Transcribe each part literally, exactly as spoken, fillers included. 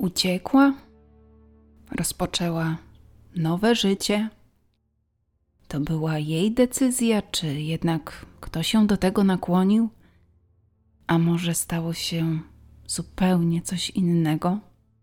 uciekła? Rozpoczęła nowe życie? To była jej decyzja, czy jednak ktoś ją do tego nakłonił? A może stało się zupełnie coś innego?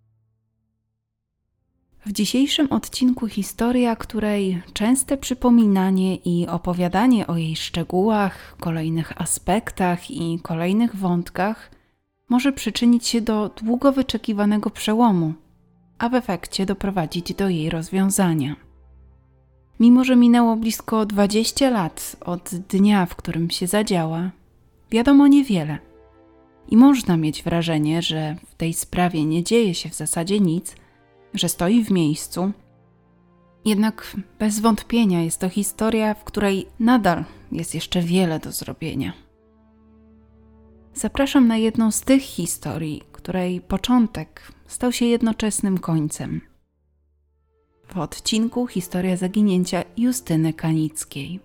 W dzisiejszym odcinku historia, której częste przypominanie i opowiadanie o jej szczegółach, kolejnych aspektach i kolejnych wątkach może przyczynić się do długo wyczekiwanego przełomu, a w efekcie doprowadzić do jej rozwiązania. Mimo że minęło blisko dwadzieścia lat od dnia, w którym się zadziała, wiadomo niewiele. I można mieć wrażenie, że w tej sprawie nie dzieje się w zasadzie nic, że stoi w miejscu. Jednak bez wątpienia jest to historia, w której nadal jest jeszcze wiele do zrobienia. Zapraszam na jedną z tych historii, której początek stał się jednoczesnym końcem. W odcinku historia zaginięcia Justyny Kanickiej.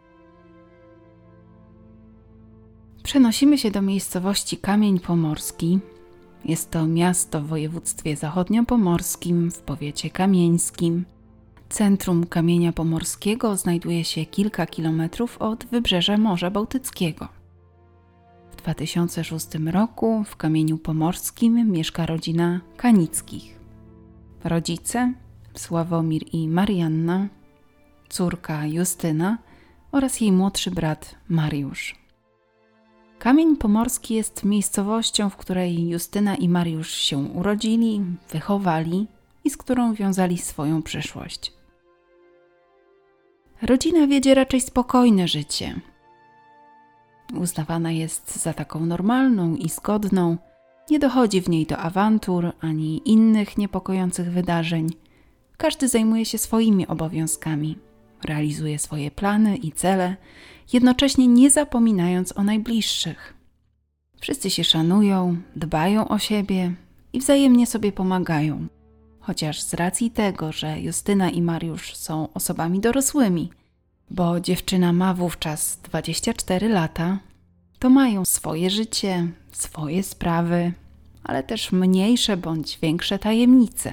Przenosimy się do miejscowości Kamień Pomorski. Jest to miasto w województwie zachodniopomorskim, w powiecie kamieńskim. Centrum Kamienia Pomorskiego znajduje się kilka kilometrów od wybrzeża Morza Bałtyckiego. W dwa tysiące szóstym roku w Kamieniu Pomorskim mieszka rodzina Kanickich. Rodzice Sławomir i Marianna, córka Justyna oraz jej młodszy brat Mariusz. Kamień Pomorski jest miejscowością, w której Justyna i Mariusz się urodzili, wychowali i z którą wiązali swoją przyszłość. Rodzina wiedzie raczej spokojne życie. Uznawana jest za taką normalną i zgodną, nie dochodzi w niej do awantur ani innych niepokojących wydarzeń. Każdy zajmuje się swoimi obowiązkami, realizuje swoje plany i cele, jednocześnie nie zapominając o najbliższych. Wszyscy się szanują, dbają o siebie i wzajemnie sobie pomagają. Chociaż z racji tego, że Justyna i Mariusz są osobami dorosłymi, bo dziewczyna ma wówczas dwadzieścia cztery lata, to mają swoje życie, swoje sprawy, ale też mniejsze bądź większe tajemnice.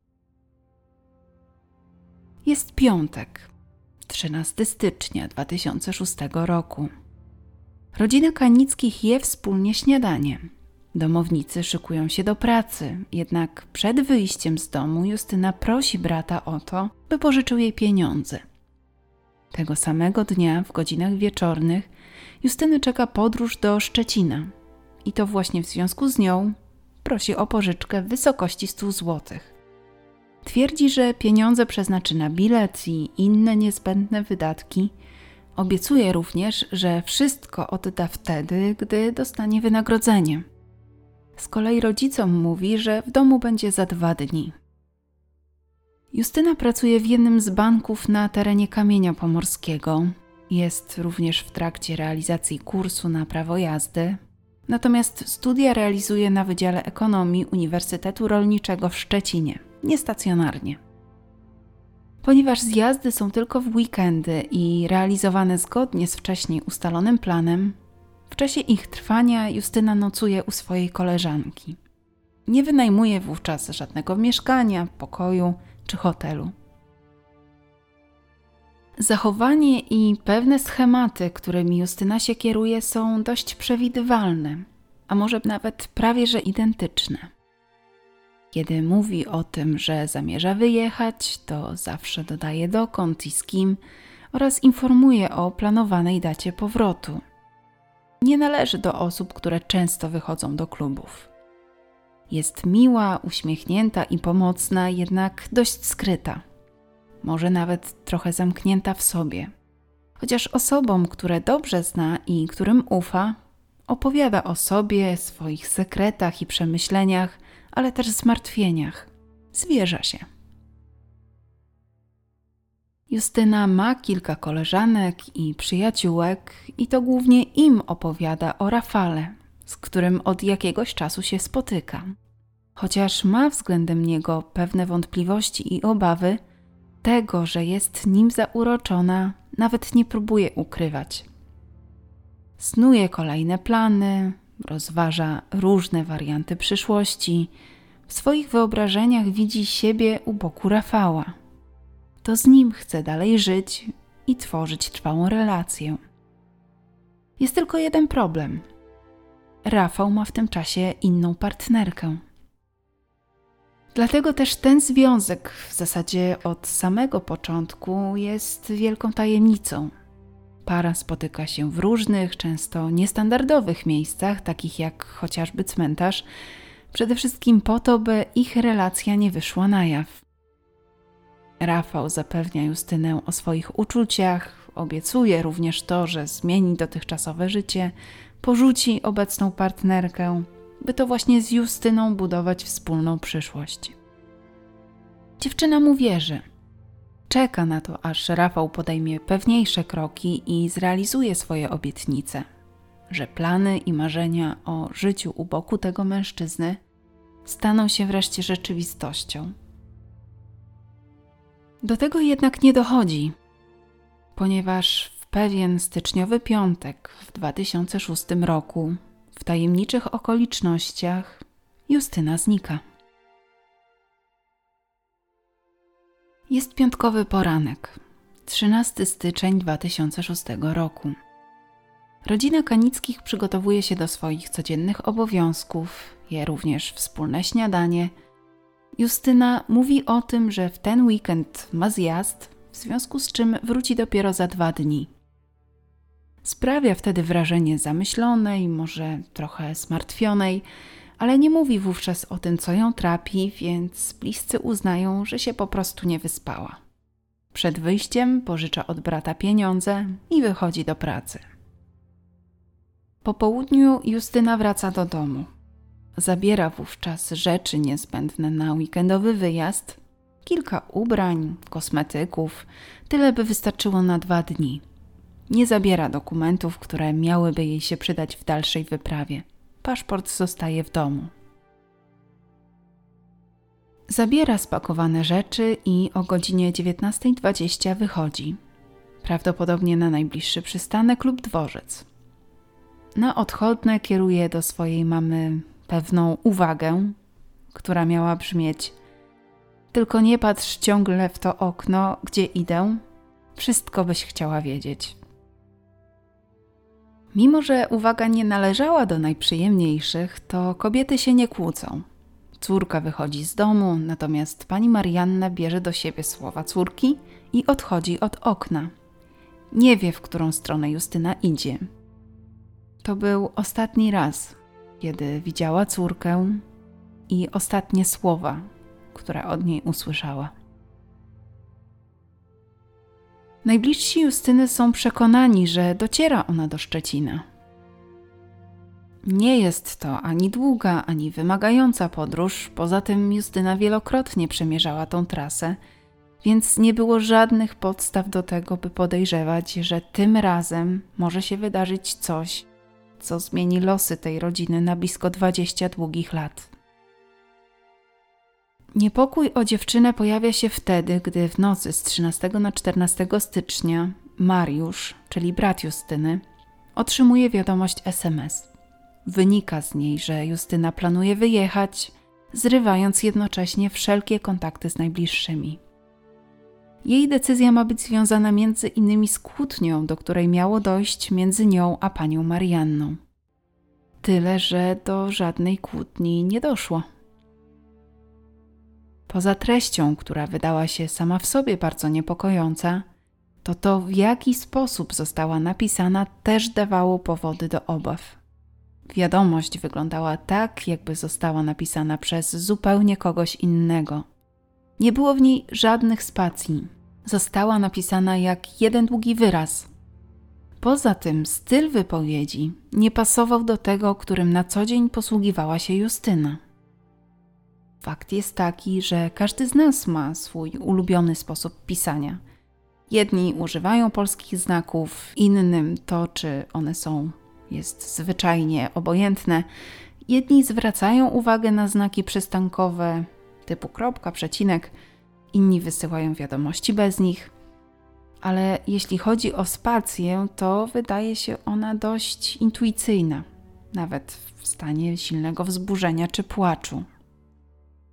Jest piątek, trzynastego stycznia dwa tysiące szóstego roku. Rodzina Kanickich je wspólnie śniadanie. Domownicy szykują się do pracy, jednak przed wyjściem z domu Justyna prosi brata o to, by pożyczył jej pieniądze. Tego samego dnia, w godzinach wieczornych, Justyny czeka podróż do Szczecina i to właśnie w związku z nią prosi o pożyczkę w wysokości stu złotych. Twierdzi, że pieniądze przeznaczy na bilet i inne niezbędne wydatki. Obiecuje również, że wszystko odda wtedy, gdy dostanie wynagrodzenie. Z kolei rodzicom mówi, że w domu będzie za dwa dni. Justyna pracuje w jednym z banków na terenie Kamienia Pomorskiego. Jest również w trakcie realizacji kursu na prawo jazdy. Natomiast studia realizuje na Wydziale Ekonomii Uniwersytetu Rolniczego w Szczecinie, niestacjonarnie. Ponieważ zjazdy są tylko w weekendy i realizowane zgodnie z wcześniej ustalonym planem, w czasie ich trwania Justyna nocuje u swojej koleżanki. Nie wynajmuje wówczas żadnego mieszkania, pokoju czy hotelu. Zachowanie i pewne schematy, którymi Justyna się kieruje, są dość przewidywalne, a może nawet prawie że identyczne. Kiedy mówi o tym, że zamierza wyjechać, to zawsze dodaje dokąd i z kim oraz informuje o planowanej dacie powrotu. Nie należy do osób, które często wychodzą do klubów. Jest miła, uśmiechnięta i pomocna, jednak dość skryta. Może nawet trochę zamknięta w sobie. Chociaż osobom, które dobrze zna i którym ufa, opowiada o sobie, swoich sekretach i przemyśleniach, ale też zmartwieniach. Zwierza się. Justyna ma kilka koleżanek i przyjaciółek i to głównie im opowiada o Rafale, z którym od jakiegoś czasu się spotyka. Chociaż ma względem niego pewne wątpliwości i obawy, tego, że jest nim zauroczona, nawet nie próbuje ukrywać. Snuje kolejne plany, rozważa różne warianty przyszłości, W swoich wyobrażeniach widzi siebie u boku Rafała. To z nim chce dalej żyć i tworzyć trwałą relację. Jest tylko jeden problem. Rafał ma w tym czasie inną partnerkę. Dlatego też ten związek w zasadzie od samego początku jest wielką tajemnicą. Para spotyka się w różnych, często niestandardowych miejscach, takich jak chociażby cmentarz, przede wszystkim po to, by ich relacja nie wyszła na jaw. Rafał zapewnia Justynę o swoich uczuciach, obiecuje również to, że zmieni dotychczasowe życie, porzuci obecną partnerkę, by to właśnie z Justyną budować wspólną przyszłość. Dziewczyna mu wierzy. Czeka na to, aż Rafał podejmie pewniejsze kroki i zrealizuje swoje obietnice, że plany i marzenia o życiu u boku tego mężczyzny staną się wreszcie rzeczywistością. Do tego jednak nie dochodzi, ponieważ w pewien styczniowy piątek w dwa tysiące szóstym roku w tajemniczych okolicznościach Justyna znika. Jest piątkowy poranek, trzynastego stycznia dwa tysiące szóstego roku. Rodzina Kanickich przygotowuje się do swoich codziennych obowiązków, je również wspólne śniadanie. Justyna mówi o tym, że w ten weekend ma zjazd, w związku z czym wróci dopiero za dwa dni. Sprawia wtedy wrażenie zamyślonej, może trochę zmartwionej, ale nie mówi wówczas o tym, co ją trapi, więc bliscy uznają, że się po prostu nie wyspała. Przed wyjściem pożycza od brata pieniądze i wychodzi do pracy. Po południu Justyna wraca do domu. Zabiera wówczas rzeczy niezbędne na weekendowy wyjazd, kilka ubrań, kosmetyków, tyle by wystarczyło na dwa dni. Nie zabiera dokumentów, które miałyby jej się przydać w dalszej wyprawie. Paszport zostaje w domu. Zabiera spakowane rzeczy i o godzinie dziewiętnasta dwadzieścia wychodzi. Prawdopodobnie na najbliższy przystanek lub dworzec. Na odchodne kieruje do swojej mamy pewną uwagę, która miała brzmieć: tylko nie patrz ciągle w to okno, gdzie idę, wszystko byś chciała wiedzieć. Mimo że uwaga nie należała do najprzyjemniejszych, to kobiety się nie kłócą. Córka wychodzi z domu, natomiast pani Marianna bierze do siebie słowa córki i odchodzi od okna. Nie wie, w którą stronę Justyna idzie. To był ostatni raz, kiedy widziała córkę i ostatnie słowa, które od niej usłyszała. Najbliżsi Justyny są przekonani, że dociera ona do Szczecina. Nie jest to ani długa, ani wymagająca podróż, poza tym Justyna wielokrotnie przemierzała tą trasę, więc nie było żadnych podstaw do tego, by podejrzewać, że tym razem może się wydarzyć coś, co zmieni losy tej rodziny na blisko dwadzieścia długich lat. Niepokój o dziewczynę pojawia się wtedy, gdy w nocy z trzynastego na czternastego stycznia Mariusz, czyli brat Justyny, otrzymuje wiadomość es em es. Wynika z niej, że Justyna planuje wyjechać, zrywając jednocześnie wszelkie kontakty z najbliższymi. Jej decyzja ma być związana między innymi z kłótnią, do której miało dojść między nią a panią Marianną. Tyle, że do żadnej kłótni nie doszło. Poza treścią, która wydała się sama w sobie bardzo niepokojąca, to to, w jaki sposób została napisana, też dawało powody do obaw. Wiadomość wyglądała tak, jakby została napisana przez zupełnie kogoś innego. Nie było w niej żadnych spacji. Została napisana jak jeden długi wyraz. Poza tym styl wypowiedzi nie pasował do tego, którym na co dzień posługiwała się Justyna. Fakt jest taki, że każdy z nas ma swój ulubiony sposób pisania. Jedni używają polskich znaków, innym to, czy one są, jest zwyczajnie obojętne. Jedni zwracają uwagę na znaki przystankowe, typu kropka, przecinek, inni wysyłają wiadomości bez nich. Ale jeśli chodzi o spację, to wydaje się ona dość intuicyjna, nawet w stanie silnego wzburzenia czy płaczu.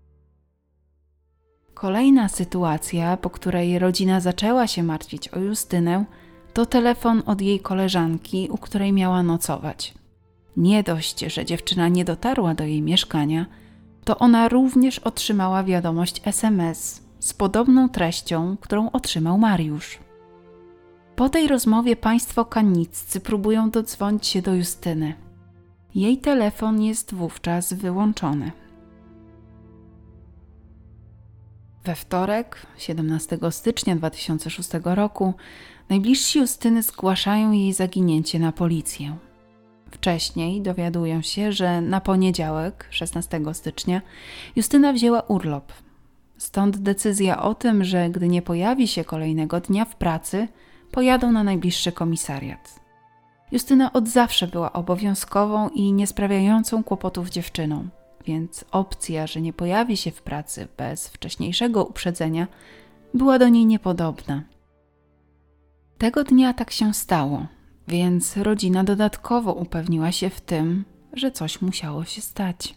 Kolejna sytuacja, po której rodzina zaczęła się martwić o Justynę, to telefon od jej koleżanki, u której miała nocować. Nie dość, że dziewczyna nie dotarła do jej mieszkania, to ona również otrzymała wiadomość es em es z podobną treścią, którą otrzymał Mariusz. Po tej rozmowie państwo kanniccy próbują dodzwonić się do Justyny. Jej telefon jest wówczas wyłączony. We wtorek, siedemnastego stycznia dwa tysiące szóstego roku, najbliżsi Justyny zgłaszają jej zaginięcie na policję. Wcześniej dowiadują się, że na poniedziałek, szesnastego stycznia, Justyna wzięła urlop. Stąd decyzja o tym, że gdy nie pojawi się kolejnego dnia w pracy, pojadą na najbliższy komisariat. Justyna od zawsze była obowiązkową i niesprawiającą kłopotów dziewczyną, więc opcja, że nie pojawi się w pracy bez wcześniejszego uprzedzenia, była do niej niepodobna. Tego dnia tak się stało, więc rodzina dodatkowo upewniła się w tym, że coś musiało się stać.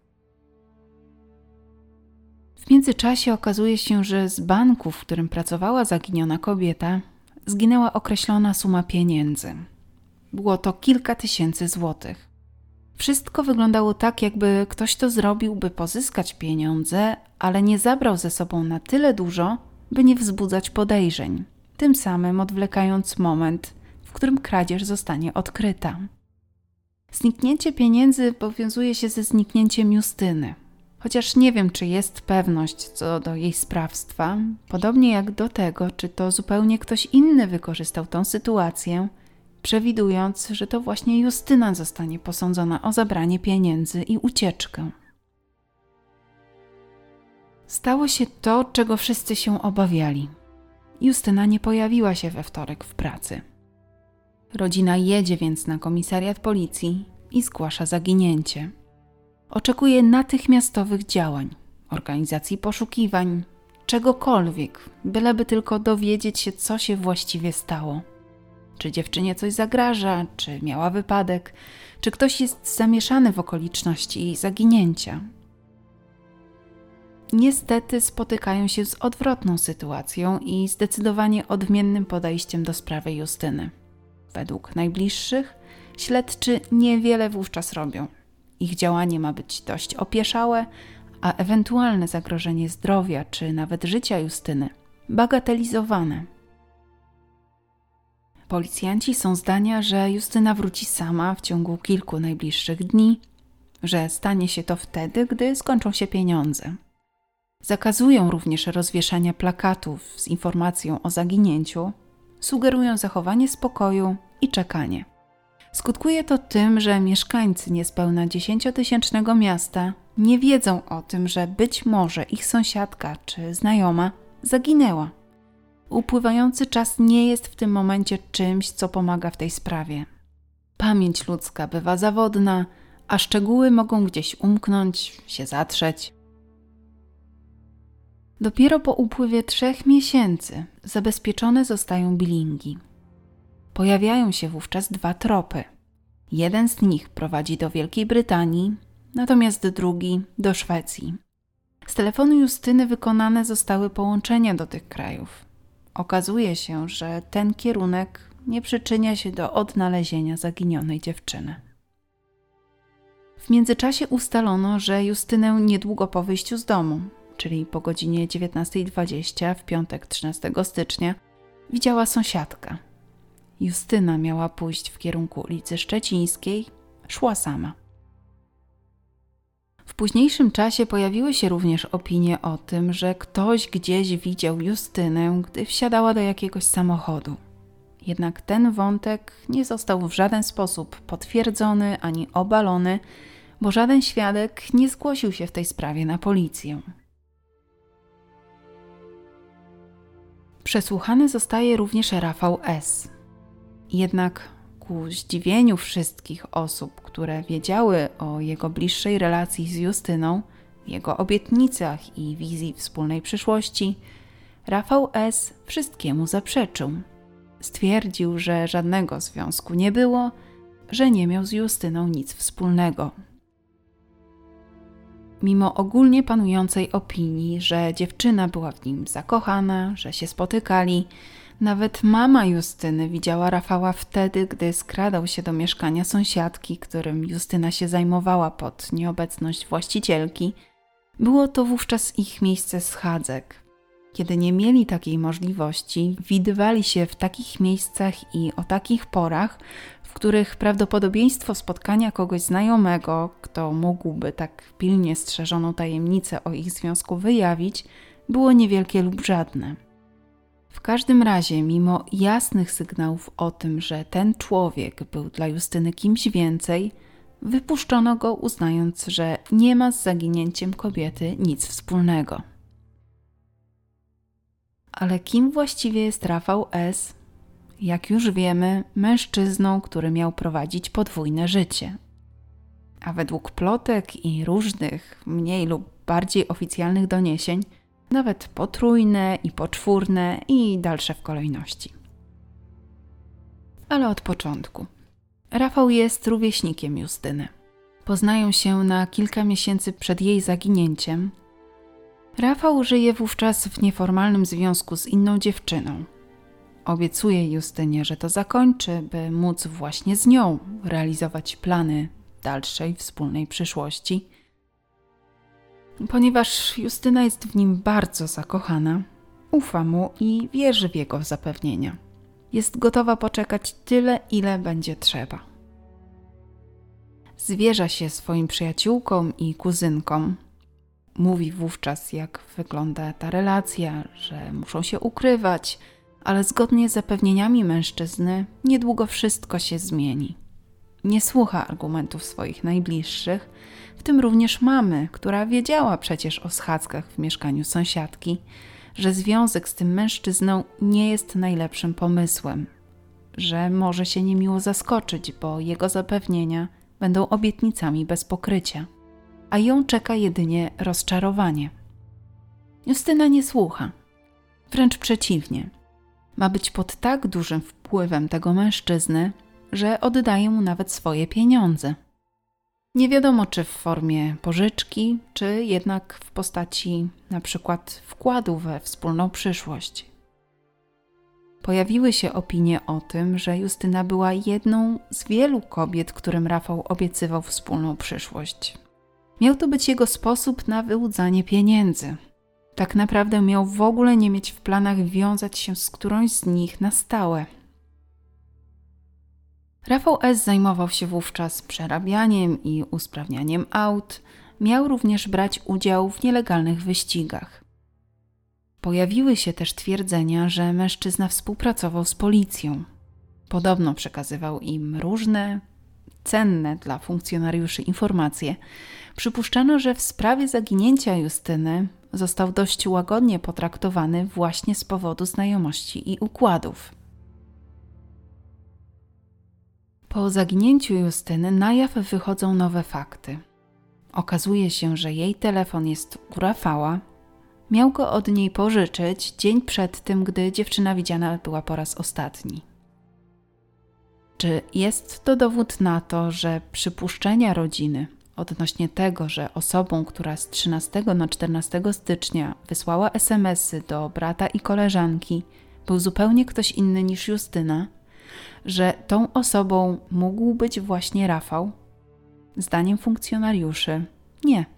W międzyczasie okazuje się, że z banku, w którym pracowała zaginiona kobieta, zginęła określona suma pieniędzy. Było to kilka tysięcy złotych. Wszystko wyglądało tak, jakby ktoś to zrobił, by pozyskać pieniądze, ale nie zabrał ze sobą na tyle dużo, by nie wzbudzać podejrzeń, tym samym odwlekając moment, w którym kradzież zostanie odkryta. Zniknięcie pieniędzy powiązuje się ze zniknięciem Justyny. Chociaż nie wiem, czy jest pewność co do jej sprawstwa, podobnie jak do tego, czy to zupełnie ktoś inny wykorzystał tę sytuację, przewidując, że to właśnie Justyna zostanie posądzona o zabranie pieniędzy i ucieczkę. Stało się to, czego wszyscy się obawiali. Justyna nie pojawiła się we wtorek w pracy. Rodzina jedzie więc na komisariat policji i zgłasza zaginięcie. Oczekuje natychmiastowych działań, organizacji poszukiwań, czegokolwiek, byleby tylko dowiedzieć się, co się właściwie stało. Czy dziewczynie coś zagraża, czy miała wypadek, czy ktoś jest zamieszany w okoliczności jej zaginięcia. Niestety spotykają się z odwrotną sytuacją i zdecydowanie odmiennym podejściem do sprawy Justyny. Według najbliższych śledczy niewiele wówczas robią. Ich działanie ma być dość opieszałe, a ewentualne zagrożenie zdrowia czy nawet życia Justyny bagatelizowane. Policjanci są zdania, że Justyna wróci sama w ciągu kilku najbliższych dni, że stanie się to wtedy, gdy skończą się pieniądze. Zakazują również rozwieszania plakatów z informacją o zaginięciu, sugerują zachowanie spokoju i czekanie. Skutkuje to tym, że mieszkańcy niespełna dziesięciotysięcznego miasta nie wiedzą o tym, że być może ich sąsiadka czy znajoma zaginęła. Upływający czas nie jest w tym momencie czymś, co pomaga w tej sprawie. Pamięć ludzka bywa zawodna, a szczegóły mogą gdzieś umknąć, się zatrzeć. Dopiero po upływie trzech miesięcy zabezpieczone zostają bilingi. Pojawiają się wówczas dwa tropy. Jeden z nich prowadzi do Wielkiej Brytanii, natomiast drugi do Szwecji. Z telefonu Justyny wykonane zostały połączenia do tych krajów. Okazuje się, że ten kierunek nie przyczynia się do odnalezienia zaginionej dziewczyny. W międzyczasie ustalono, że Justynę niedługo po wyjściu z domu, czyli po godzinie dziewiętnasta dwadzieścia w piątek trzynastego stycznia, widziała sąsiadka. Justyna miała pójść w kierunku ulicy Szczecińskiej, szła sama. W późniejszym czasie pojawiły się również opinie o tym, że ktoś gdzieś widział Justynę, gdy wsiadała do jakiegoś samochodu. Jednak ten wątek nie został w żaden sposób potwierdzony ani obalony, bo żaden świadek nie zgłosił się w tej sprawie na policję. Przesłuchany zostaje również Rafał S. Jednak ku zdziwieniu wszystkich osób, które wiedziały o jego bliższej relacji z Justyną, jego obietnicach i wizji wspólnej przyszłości, Rafał S. wszystkiemu zaprzeczył. Stwierdził, że żadnego związku nie było, że nie miał z Justyną nic wspólnego. Mimo ogólnie panującej opinii, że dziewczyna była w nim zakochana, że się spotykali, nawet mama Justyny widziała Rafała wtedy, gdy skradał się do mieszkania sąsiadki, którym Justyna się zajmowała pod nieobecność właścicielki. Było to wówczas ich miejsce schadzek. Kiedy nie mieli takiej możliwości, widywali się w takich miejscach i o takich porach, w których prawdopodobieństwo spotkania kogoś znajomego, kto mógłby tak pilnie strzeżoną tajemnicę o ich związku wyjawić, było niewielkie lub żadne. W każdym razie, mimo jasnych sygnałów o tym, że ten człowiek był dla Justyny kimś więcej, wypuszczono go, uznając, że nie ma z zaginięciem kobiety nic wspólnego. Ale kim właściwie jest Rafał S.? Jak już wiemy, mężczyzną, który miał prowadzić podwójne życie. A według plotek i różnych, mniej lub bardziej oficjalnych doniesień, nawet potrójne i poczwórne i dalsze w kolejności. Ale od początku. Rafał jest rówieśnikiem Justyny. Poznają się na kilka miesięcy przed jej zaginięciem. Rafał żyje wówczas w nieformalnym związku z inną dziewczyną. Obiecuje Justynie, że to zakończy, by móc właśnie z nią realizować plany dalszej wspólnej przyszłości. Ponieważ Justyna jest w nim bardzo zakochana, ufa mu i wierzy w jego zapewnienia. Jest gotowa poczekać tyle, ile będzie trzeba. Zwierza się swoim przyjaciółkom i kuzynkom. Mówi wówczas, jak wygląda ta relacja, że muszą się ukrywać, ale zgodnie z zapewnieniami mężczyzny niedługo wszystko się zmieni. Nie słucha argumentów swoich najbliższych, w tym również mamy, która wiedziała przecież o schadzkach w mieszkaniu sąsiadki, że związek z tym mężczyzną nie jest najlepszym pomysłem, że może się niemiło zaskoczyć, bo jego zapewnienia będą obietnicami bez pokrycia, a ją czeka jedynie rozczarowanie. Justyna nie słucha, wręcz przeciwnie. Ma być pod tak dużym wpływem tego mężczyzny, że oddaje mu nawet swoje pieniądze. Nie wiadomo, czy w formie pożyczki, czy jednak w postaci na przykład wkładu we wspólną przyszłość. Pojawiły się opinie o tym, że Justyna była jedną z wielu kobiet, którym Rafał obiecywał wspólną przyszłość. Miał to być jego sposób na wyłudzanie pieniędzy. Tak naprawdę miał w ogóle nie mieć w planach wiązać się z którąś z nich na stałe. Rafał S. zajmował się wówczas przerabianiem i usprawnianiem aut. Miał również brać udział w nielegalnych wyścigach. Pojawiły się też twierdzenia, że mężczyzna współpracował z policją. Podobno przekazywał im różne, cenne dla funkcjonariuszy informacje. Przypuszczano, że w sprawie zaginięcia Justyny został dość łagodnie potraktowany właśnie z powodu znajomości i układów. Po zaginięciu Justyny na jaw wychodzą nowe fakty. Okazuje się, że jej telefon jest u Rafała. Miał go od niej pożyczyć dzień przed tym, gdy dziewczyna widziana była po raz ostatni. Czy jest to dowód na to, że przypuszczenia rodziny odnośnie tego, że osobą, która z trzynastego na czternastego stycznia wysłała es em esy do brata i koleżanki, był zupełnie ktoś inny niż Justyna, że tą osobą mógł być właśnie Rafał? Zdaniem funkcjonariuszy nie.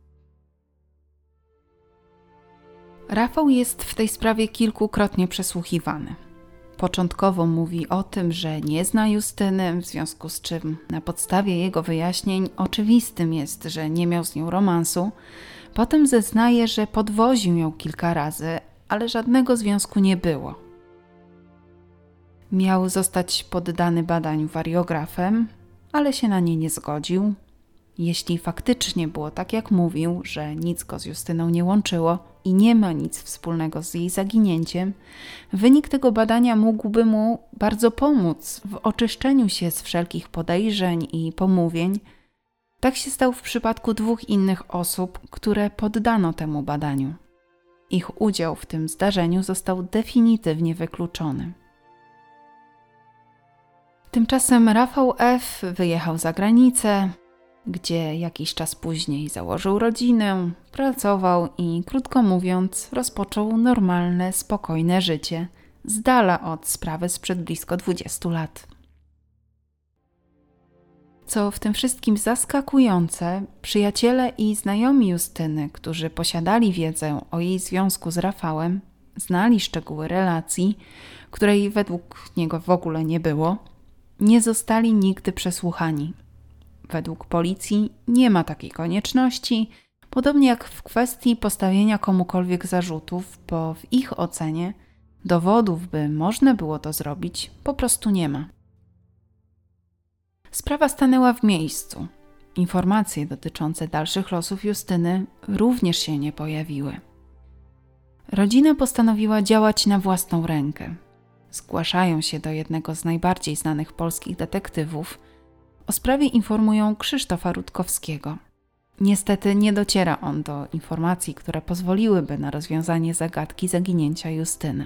Rafał jest w tej sprawie kilkukrotnie przesłuchiwany. Początkowo mówi o tym, że nie zna Justyny, w związku z czym na podstawie jego wyjaśnień oczywistym jest, że nie miał z nią romansu. Potem zeznaje, że podwoził ją kilka razy, ale żadnego związku nie było. Miał zostać poddany badaniu wariografem, ale się na nie nie zgodził. Jeśli faktycznie było tak, jak mówił, że nic go z Justyną nie łączyło i nie ma nic wspólnego z jej zaginięciem, wynik tego badania mógłby mu bardzo pomóc w oczyszczeniu się z wszelkich podejrzeń i pomówień. Tak się stało w przypadku dwóch innych osób, które poddano temu badaniu. Ich udział w tym zdarzeniu został definitywnie wykluczony. Tymczasem Rafał F. wyjechał za granicę. gdzie jakiś czas później założył rodzinę, pracował i, krótko mówiąc, rozpoczął normalne, spokojne życie, z dala od sprawy sprzed blisko dwudziestu lat. Co w tym wszystkim zaskakujące, przyjaciele i znajomi Justyny, którzy posiadali wiedzę o jej związku z Rafałem, znali szczegóły relacji, której według niego w ogóle nie było, nie zostali nigdy przesłuchani. Według policji nie ma takiej konieczności, podobnie jak w kwestii postawienia komukolwiek zarzutów, bo w ich ocenie dowodów, by można było to zrobić, po prostu nie ma. Sprawa stanęła w miejscu. Informacje dotyczące dalszych losów Justyny również się nie pojawiły. Rodzina postanowiła działać na własną rękę. Zgłaszają się do jednego z najbardziej znanych polskich detektywów. O sprawie informują Krzysztofa Rutkowskiego. Niestety nie dociera on do informacji, które pozwoliłyby na rozwiązanie zagadki zaginięcia Justyny.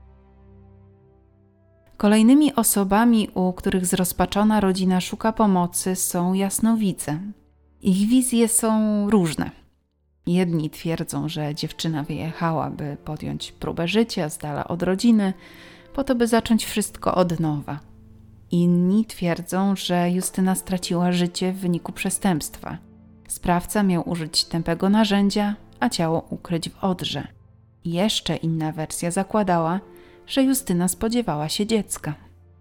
Kolejnymi osobami, u których zrozpaczona rodzina szuka pomocy, są jasnowice. Ich wizje są różne. Jedni twierdzą, że dziewczyna wyjechała, by podjąć próbę życia z dala od rodziny, po to, by zacząć wszystko od nowa. Inni twierdzą, że Justyna straciła życie w wyniku przestępstwa. Sprawca miał użyć tępego narzędzia, a ciało ukryć w Odrze. Jeszcze inna wersja zakładała, że Justyna spodziewała się dziecka.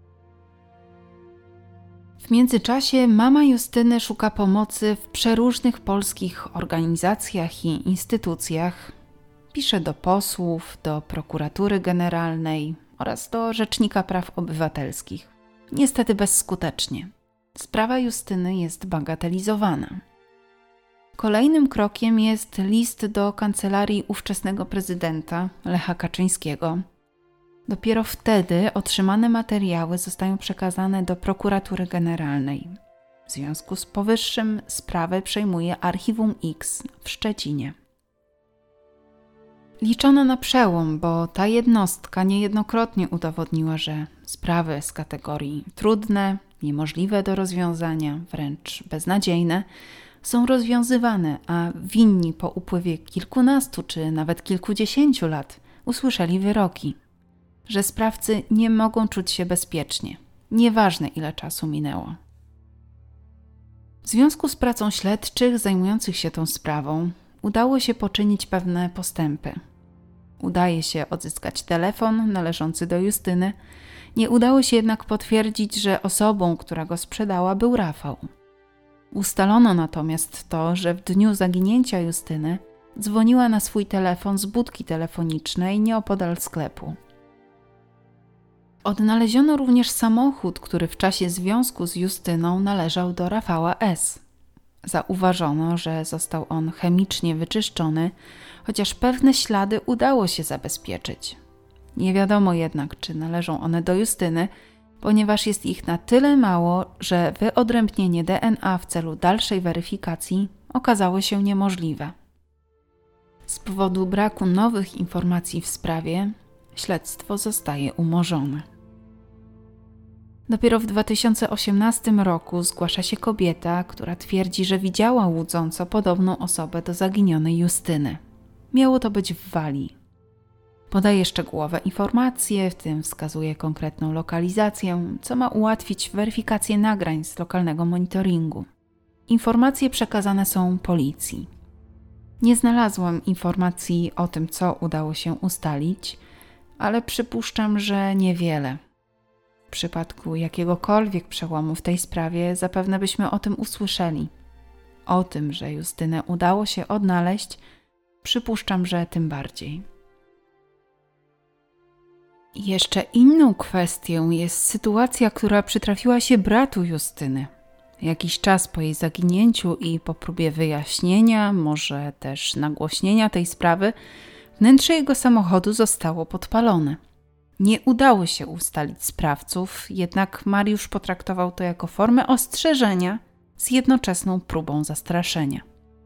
W międzyczasie mama Justyny szuka pomocy w przeróżnych polskich organizacjach i instytucjach. Pisze do posłów, do prokuratury generalnej oraz do Rzecznika Praw Obywatelskich. Niestety bezskutecznie. Sprawa Justyny jest bagatelizowana. Kolejnym krokiem jest list do kancelarii ówczesnego prezydenta Lecha Kaczyńskiego. Dopiero wtedy otrzymane materiały zostają przekazane do prokuratury generalnej. W związku z powyższym sprawę przejmuje Archiwum X w Szczecinie. Liczono na przełom, bo ta jednostka niejednokrotnie udowodniła, że sprawy z kategorii trudne, niemożliwe do rozwiązania, wręcz beznadziejne, są rozwiązywane, a winni po upływie kilkunastu czy nawet kilkudziesięciu lat usłyszeli wyroki, że sprawcy nie mogą czuć się bezpiecznie, nieważne ile czasu minęło. W związku z pracą śledczych zajmujących się tą sprawą udało się poczynić pewne postępy. Udaje się odzyskać telefon należący do Justyny, nie udało się jednak potwierdzić, że osobą, która go sprzedała, był Rafał. Ustalono natomiast to, że w dniu zaginięcia Justyny dzwoniła na swój telefon z budki telefonicznej nieopodal sklepu. Odnaleziono również samochód, który w czasie związku z Justyną należał do Rafała S. Zauważono, że został on chemicznie wyczyszczony, chociaż pewne ślady udało się zabezpieczyć. Nie wiadomo jednak, czy należą one do Justyny, ponieważ jest ich na tyle mało, że wyodrębnienie D N A w celu dalszej weryfikacji okazało się niemożliwe. Z powodu braku nowych informacji w sprawie śledztwo zostaje umorzone. Dopiero w dwa tysiące osiemnastym roku zgłasza się kobieta, która twierdzi, że widziała łudząco podobną osobę do zaginionej Justyny. Miało to być w Walii. Podaje szczegółowe informacje, w tym wskazuje konkretną lokalizację, co ma ułatwić weryfikację nagrań z lokalnego monitoringu. Informacje przekazane są policji. Nie znalazłam informacji o tym, co udało się ustalić, ale przypuszczam, że niewiele. W przypadku jakiegokolwiek przełomu w tej sprawie zapewne byśmy o tym usłyszeli. O tym, że Justynę udało się odnaleźć, przypuszczam, że tym bardziej. Jeszcze inną kwestią jest sytuacja, która przytrafiła się bratu Justyny. Jakiś czas po jej zaginięciu i po próbie wyjaśnienia, może też nagłośnienia tej sprawy, wnętrze jego samochodu zostało podpalone. Nie udało się ustalić sprawców, jednak Mariusz potraktował to jako formę ostrzeżenia z jednoczesną próbą zastraszenia.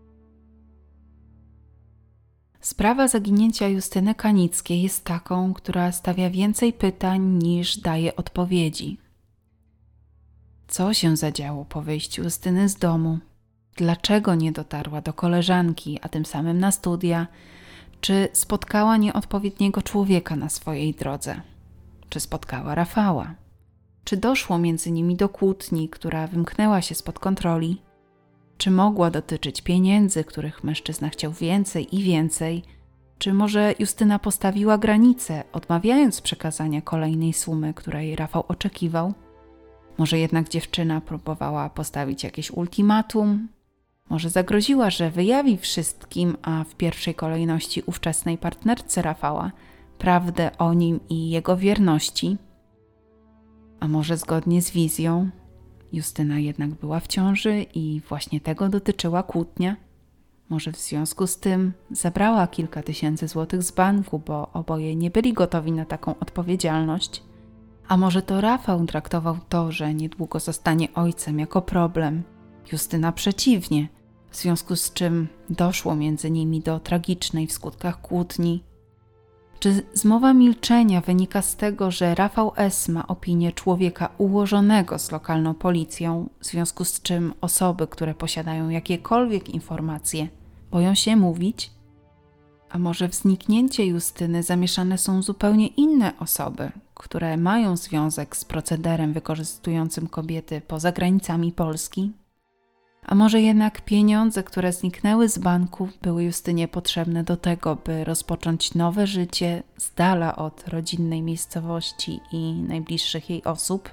Sprawa zaginięcia Justyny Kanickiej jest taką, która stawia więcej pytań niż daje odpowiedzi. Co się zadziało po wyjściu Justyny z domu? Dlaczego nie dotarła do koleżanki, a tym samym na studia? Czy spotkała nieodpowiedniego człowieka na swojej drodze? Czy spotkała Rafała? Czy doszło między nimi do kłótni, która wymknęła się spod kontroli? Czy mogła dotyczyć pieniędzy, których mężczyzna chciał więcej i więcej? Czy może Justyna postawiła granicę, odmawiając przekazania kolejnej sumy, której Rafał oczekiwał? Może jednak dziewczyna próbowała postawić jakieś ultimatum? Może zagroziła, że wyjawi wszystkim, a w pierwszej kolejności ówczesnej partnerce Rafała, prawdę o nim i jego wierności? A może zgodnie z wizją Justyna jednak była w ciąży i właśnie tego dotyczyła kłótnia? Może w związku z tym zabrała kilka tysięcy złotych z banku, bo oboje nie byli gotowi na taką odpowiedzialność? A może to Rafał traktował to, że niedługo zostanie ojcem, jako problem? Justyna przeciwnie, w związku z czym doszło między nimi do tragicznej w skutkach kłótni. Czy zmowa milczenia wynika z tego, że Rafał S. ma opinię człowieka ułożonego z lokalną policją, w związku z czym osoby, które posiadają jakiekolwiek informacje, boją się mówić? A może w zniknięcie Justyny zamieszane są zupełnie inne osoby, które mają związek z procederem wykorzystującym kobiety poza granicami Polski? A może jednak pieniądze, które zniknęły z banku, były Justynie potrzebne do tego, by rozpocząć nowe życie z dala od rodzinnej miejscowości i najbliższych jej osób?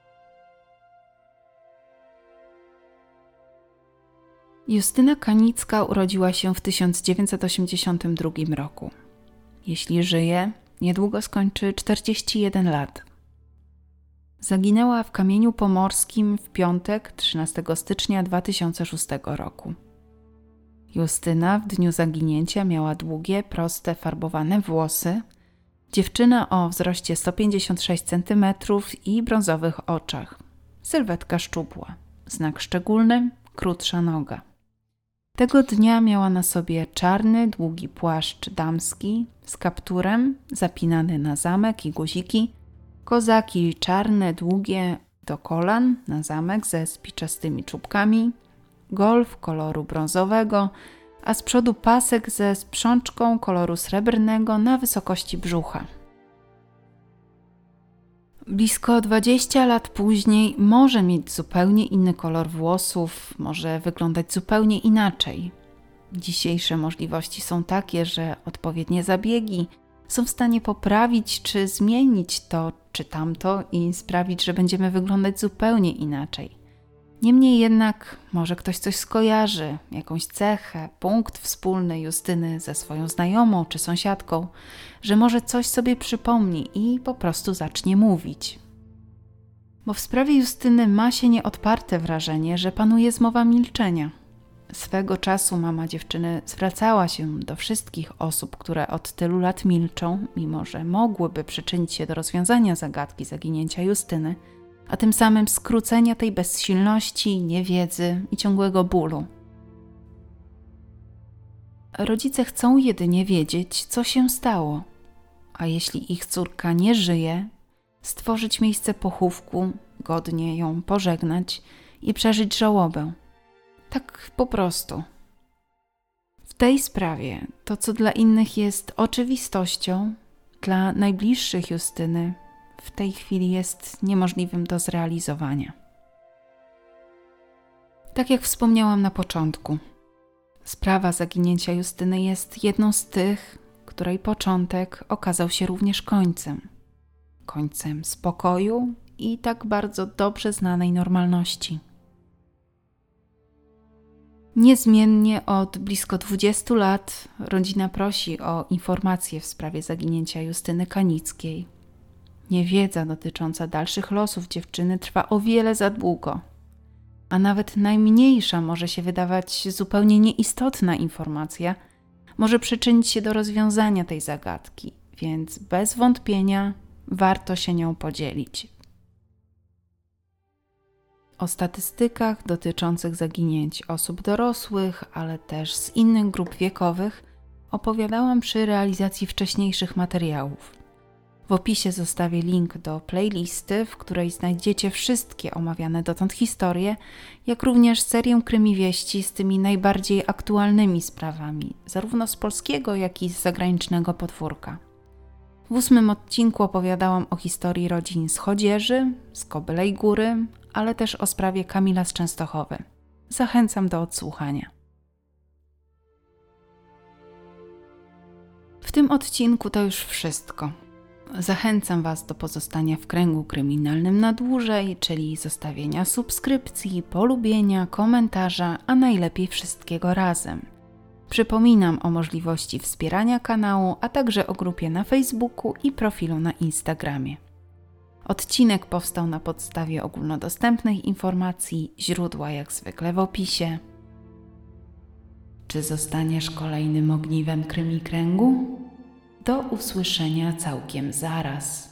Justyna Kanicka urodziła się w tysiąc dziewięćset osiemdziesiątym drugim roku. Jeśli żyje, niedługo skończy czterdzieści jeden lat. Zaginęła w Kamieniu Pomorskim w piątek, trzynastego stycznia dwa tysiące szóstego roku. Justyna w dniu zaginięcia miała długie, proste, farbowane włosy, dziewczyna o wzroście sto pięćdziesiąt sześć centymetrów i brązowych oczach, sylwetka szczupła, znak szczególny – krótsza noga. Tego dnia miała na sobie czarny, długi płaszcz damski z kapturem zapinany na zamek i guziki, kozaki czarne, długie do kolan na zamek ze spiczastymi czubkami, golf koloru brązowego, a z przodu pasek ze sprzączką koloru srebrnego na wysokości brzucha. Blisko dwadzieścia lat później może mieć zupełnie inny kolor włosów, może wyglądać zupełnie inaczej. Dzisiejsze możliwości są takie, że odpowiednie zabiegi są w stanie poprawić czy zmienić to czy tamto i sprawić, że będziemy wyglądać zupełnie inaczej. Niemniej jednak może ktoś coś skojarzy, jakąś cechę, punkt wspólny Justyny ze swoją znajomą czy sąsiadką, że może coś sobie przypomni i po prostu zacznie mówić. Bo w sprawie Justyny ma się nieodparte wrażenie, że panuje zmowa milczenia. Swego czasu mama dziewczyny zwracała się do wszystkich osób, które od tylu lat milczą, mimo że mogłyby przyczynić się do rozwiązania zagadki zaginięcia Justyny, a tym samym skrócenia tej bezsilności, niewiedzy i ciągłego bólu. Rodzice chcą jedynie wiedzieć, co się stało, a jeśli ich córka nie żyje, stworzyć miejsce pochówku, godnie ją pożegnać i przeżyć żałobę. Tak po prostu. W tej sprawie to, co dla innych jest oczywistością, dla najbliższych Justyny w tej chwili jest niemożliwym do zrealizowania. Tak jak wspomniałam na początku, sprawa zaginięcia Justyny jest jedną z tych, której początek okazał się również końcem. Końcem spokoju i tak bardzo dobrze znanej normalności. Niezmiennie od blisko dwudziestu lat rodzina prosi o informacje w sprawie zaginięcia Justyny Kanickiej. Niewiedza dotycząca dalszych losów dziewczyny trwa o wiele za długo, a nawet najmniejsza może się wydawać zupełnie nieistotna informacja może przyczynić się do rozwiązania tej zagadki, więc bez wątpienia warto się nią podzielić. O statystykach dotyczących zaginięć osób dorosłych, ale też z innych grup wiekowych opowiadałam przy realizacji wcześniejszych materiałów. W opisie zostawię link do playlisty, w której znajdziecie wszystkie omawiane dotąd historie, jak również serię krymii-wieści z tymi najbardziej aktualnymi sprawami, zarówno z polskiego, jak i z zagranicznego podwórka. W ósmym odcinku opowiadałam o historii rodzin z Chodzieży, z Kobylej Góry, ale też o sprawie Kamila z Częstochowy. Zachęcam do odsłuchania. W tym odcinku to już wszystko. Zachęcam Was do pozostania w kręgu kryminalnym na dłużej, czyli zostawienia subskrypcji, polubienia, komentarza, a najlepiej wszystkiego razem. Przypominam o możliwości wspierania kanału, a także o grupie na Facebooku i profilu na Instagramie. Odcinek powstał na podstawie ogólnodostępnych informacji, źródła jak zwykle w opisie. Czy zostaniesz kolejnym ogniwem Krymi Kręgu? Do usłyszenia całkiem zaraz.